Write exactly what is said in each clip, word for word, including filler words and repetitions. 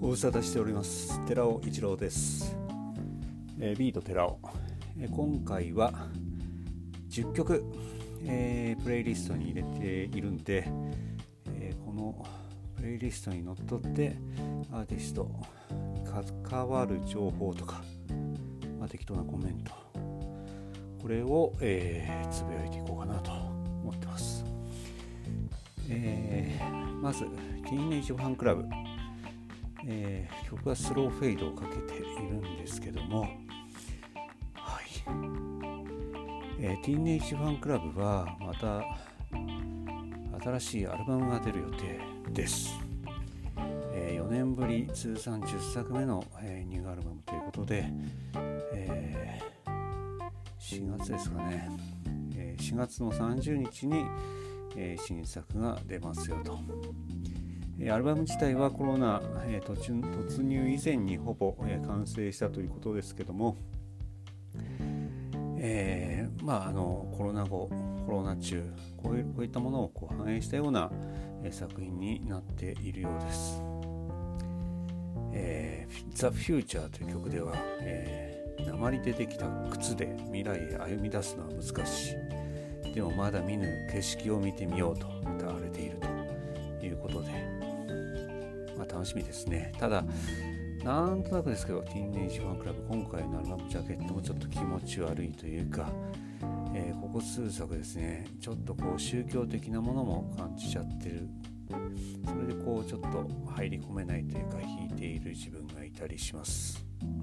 ご無沙汰しております。寺尾一郎です。えー、ビート寺尾、えー、今回はじゅっきょく、えー、プレイリストに入れているんで、えー、このプレイリストにのっとってアーティストに関わる情報とか、まあ、適当なコメント、これを、えー、つぶやいていこうかなと思ってます。えー、まずティーンエイジファンクラブ、えー、曲はスローフェードをかけているんですけども、はい、えー、ティーンエイジファンクラブはまた新しいアルバムが出る予定です。えー、よねんぶり通算じゅっさくめの、えー、ニューアルバムということで、えー、しがつですかね、えー、しがつのさんじゅうにちに、えー、新作が出ますよと。アルバム自体はコロナ、えー、突入以前にほぼ、えー、完成したということですけども、えー、まああのコロナ後、コロナ中、こうい、こういったものをこう反映したような、えー、作品になっているようです。えー、The Future という曲では、えー、鉛でできた靴で未来へ歩み出すのは難しい。でもまだ見ぬ景色を見てみようと歌われているということで、まあ、楽しみですね。ただなんとなくですけど、ティーンエイジファンクラブ今回のアルバムジャケットもちょっと気持ち悪いというか、えー、ここ数作ですね、ちょっとこう宗教的なものも感じちゃってる。それでこうちょっと入り込めないというか、弾いている自分がいたりします。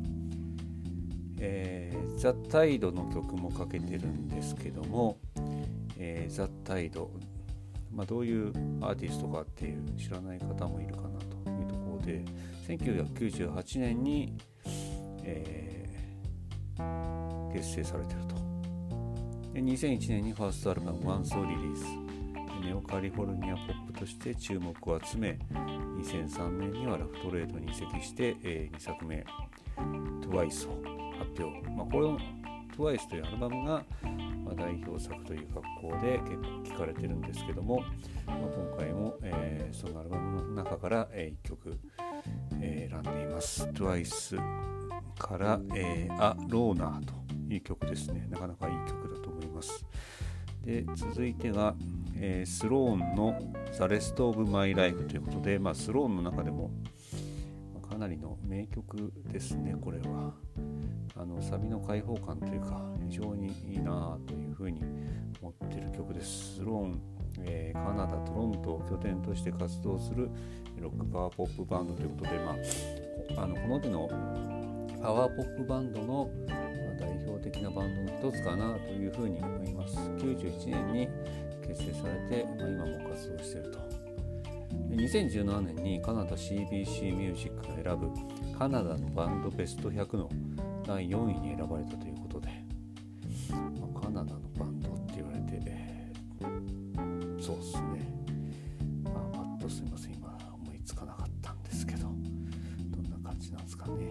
えー、ザ・タイドの曲もかけてるんですけども、えー、ザ・タイド、まあ、どういうアーティストかっていう知らない方もいるかなというところで、せんきゅうひゃくきゅうじゅうはちねんに、えー、結成されていると。でにせんいちねんにファーストアルバムワンソーリリース、ネオカリフォルニアポップとして注目を集め、にせんさんねんにはラフトレードに移籍して、えー、にさくめ トゥワイス を発表。まあ、これを トゥワイス というアルバムが、まあ、代表作という格好で結構聴かれてるんですけども、まあ、今回も、えー、そのアルバムの中から、えー、いっきょく、えー、選んでいます。 トゥワイス から、えー、A Loner という曲ですね。なかなかいい曲だと思います。で続いてが、えー、スローンの The Rest of My Life ということで、まあ、スローンの中でもかなりの名曲ですね。これはあのサビの開放感というか非常にいいなというふうに思っている曲です。スローン、えー、カナダ・トロントを拠点として活動するロックパワーポップバンドということで、まあ、あのこの手のパワーポップバンドの代表的なバンドの一つかなというふうに思います。きゅうじゅういちねんに結成されて、まあ、今も活動していると。にせんじゅうななねんにカナダ シービーシー ミュージックが選ぶカナダのバンドベストひゃくのだいよんいに選ばれたということで、まあ、カナダのバンドって言われて、えー、そうですね、まあ、パッとすいません今思いつかなかったんですけど、どんな感じなんですかね。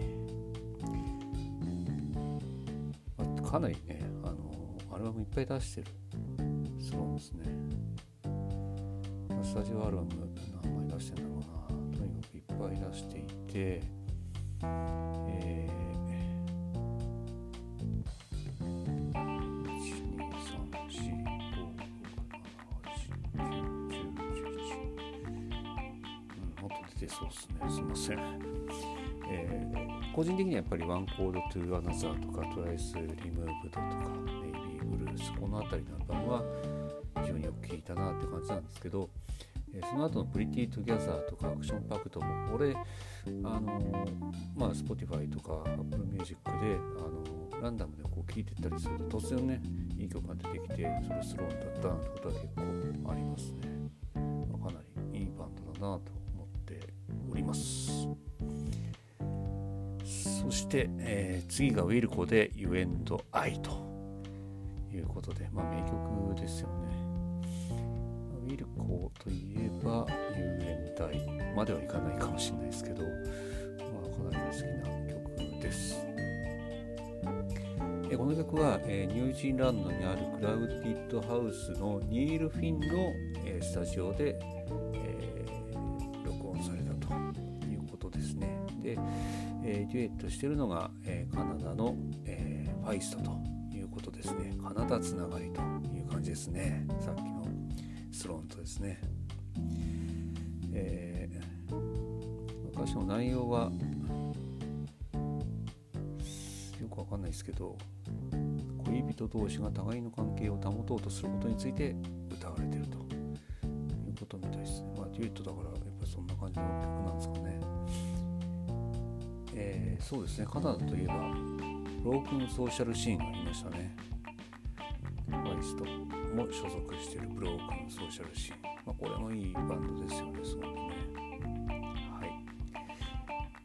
まあ、かなりね、あのアルバムいっぱい出してるスローンですね。まあ、スタジオアルバム何枚出してるんだろうな、とにかくいっぱい出していて、えーそうですね、すいません、えー、個人的にはやっぱりワンコードトゥーアナザーとかトライスリムーブドとかネイビーブルース、この辺りのアルバムは非常によく聴いたなって感じなんですけど、えー、その後のプリティトゥギャザーとかアクションパクトも俺あのー、まあ Spotify とか Apple Music で、あのー、ランダムでこう聴いてったりすると突然ねいい曲が出てきて、それスローンだったなんてことは結構ありますね。まあ、かなりいいバンドだなとおります。そして、えー、次がウィルコで You and I ということで、まあ、名曲ですよね。ウィルコといえば You and I まではいかないかもしれないですけど、まあ、かなり好きな曲です。えー、この曲は、えー、ニュージーランドにあるクラウディッドハウスのニール・フィンの、えー、スタジオで、えー、録音されたということですね。 えー、デュエットしているのが、えー、カナダの、えー、ファイストということですね。カナダつながりという感じですね。さっきのスローンとですね。えー、歌詞の内容はよくわかんないですけど、恋人同士が互いの関係を保とうとすることについて歌われているということみたいですね。まあデュエットだからやっぱりそんな感じの曲なんですかね。えー、そうですね。カナダといえばブロークンソーシャルシーンがありましたね。ファイストも所属しているブロークンソーシャルシーン、まあ、これもいいバンドですよね。すごくね。はい。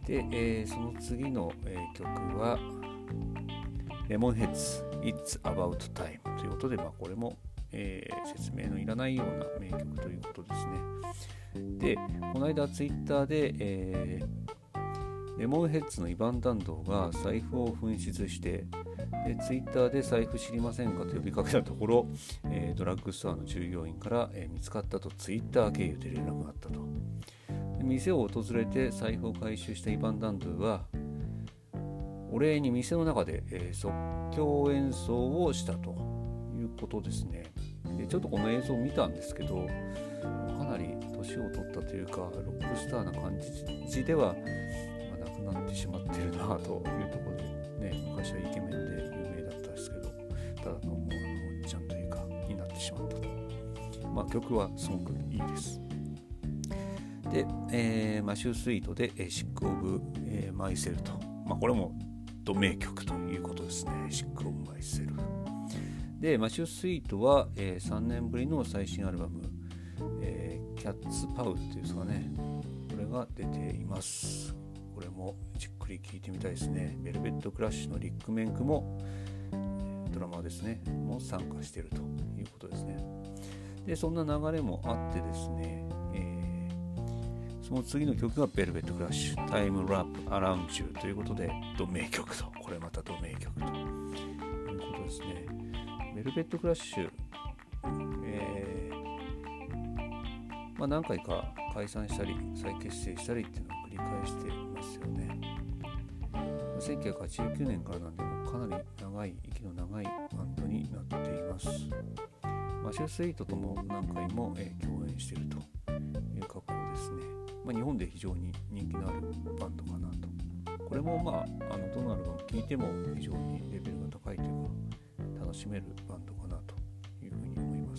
で、えー、その次の、えー、曲はレモンヘッズ It's About Time ということで、まあ、これも、えー、説明のいらないような名曲ということですね。で、この間ツイッターで、えー、レモンヘッズのイバン・ダンドが財布を紛失してでツイッターで財布知りませんかと呼びかけたところ、えー、ドラッグストアの従業員から、えー、見つかったとツイッター経由で連絡があったと。で店を訪れて財布を回収したイバン・ダンドはお礼に店の中で、えー、即興演奏をしたということですね。でちょっとこの映像を見たんですけど、かなり年を取ったというかロックスターな感じでは、まあ、なくなってしまっているなというところで、ね、昔はイケメンで有名だったんですけど、ただのもうおっちゃんというかになってしまったと。まあ、曲はすごくいいです。で、えー、マシュースイートで、えー、シックオブ、えー、マイセルと、まあ、これもド名曲ということですね。シックオブマイセルで、マシュースイートは、えー、さんねんぶりの最新アルバム、えー、キャッツパウっていうんですかね、これが出ています。これもじっくり聴いてみたいですね。ベルベットクラッシュのリック・メンクも、えー、ドラマーですねも参加しているということですね。でそんな流れもあってですね、えー、その次の曲がベルベットクラッシュタイムラップアラウンジュということでド名曲と、これまたド名曲ということですね。ベルベットクラッシュ、えーまあ、何回か解散したり再結成したりっていうのを繰り返していますよね。せんきゅうひゃくはちじゅうきゅうねんからなんでもかなり長い息の長いバンドになっています。マシュースイートとも何回も、えー、共演しているという格好ですね。まあ、日本で非常に人気のあるバンドかなと。これもまあ、あのどのアルバム聴いても非常にレベルが高いというか楽しめるバンドかなというふうに思います。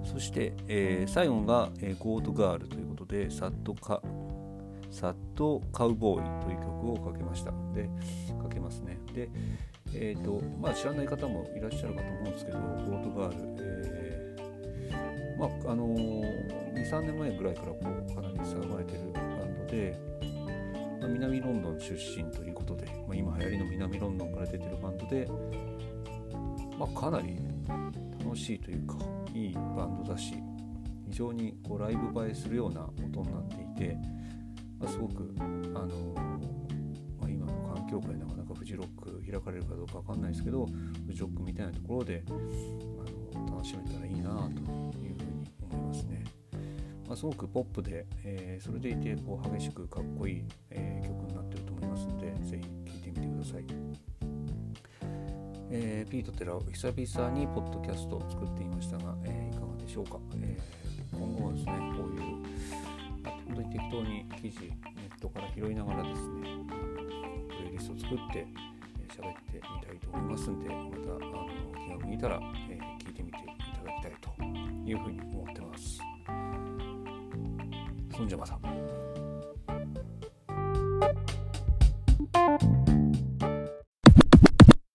そして、えー、最後が、えー、ゴートガールということでサッドカサッドカウボーイという曲をかけました。で、かけますね。で、えーとまあ、知らない方もいらっしゃるかと思うんですけど、ゴートガール、えーまああのー、にさんねんまえぐらいからこうかなり騒がれているバンドで、まあ、南ロンドン出身ということで、まあ、今流行りの南ロンドンから出ているバンドで、まあ、かなり楽しいというかいいバンドだし、非常にこうライブ映えするような音になっていて、まあ、すごく、あのーまあ、今の環境界なかなかフジロック開かれるかどうかわかんないですけど、フジロックみたいなところであの楽しめたらいいなというふうに思いますね。まあ、すごくポップで、えー、それでいてこう激しくかっこいい、えー、曲になっていると思いますので、ぜひ聴いてみてください。えー、ピート・テラ久々にポッドキャストを作っていましたが、えー、いかがでしょうか。えー、今後はですね、こういう本当に適当に記事ネットから拾いながらですね、プレイリストを作って喋、えー、ってみたいと思いますので、またあの気が向いたら、えー、聞いてみていただきたいというふうに思ってます。そんじゃまた。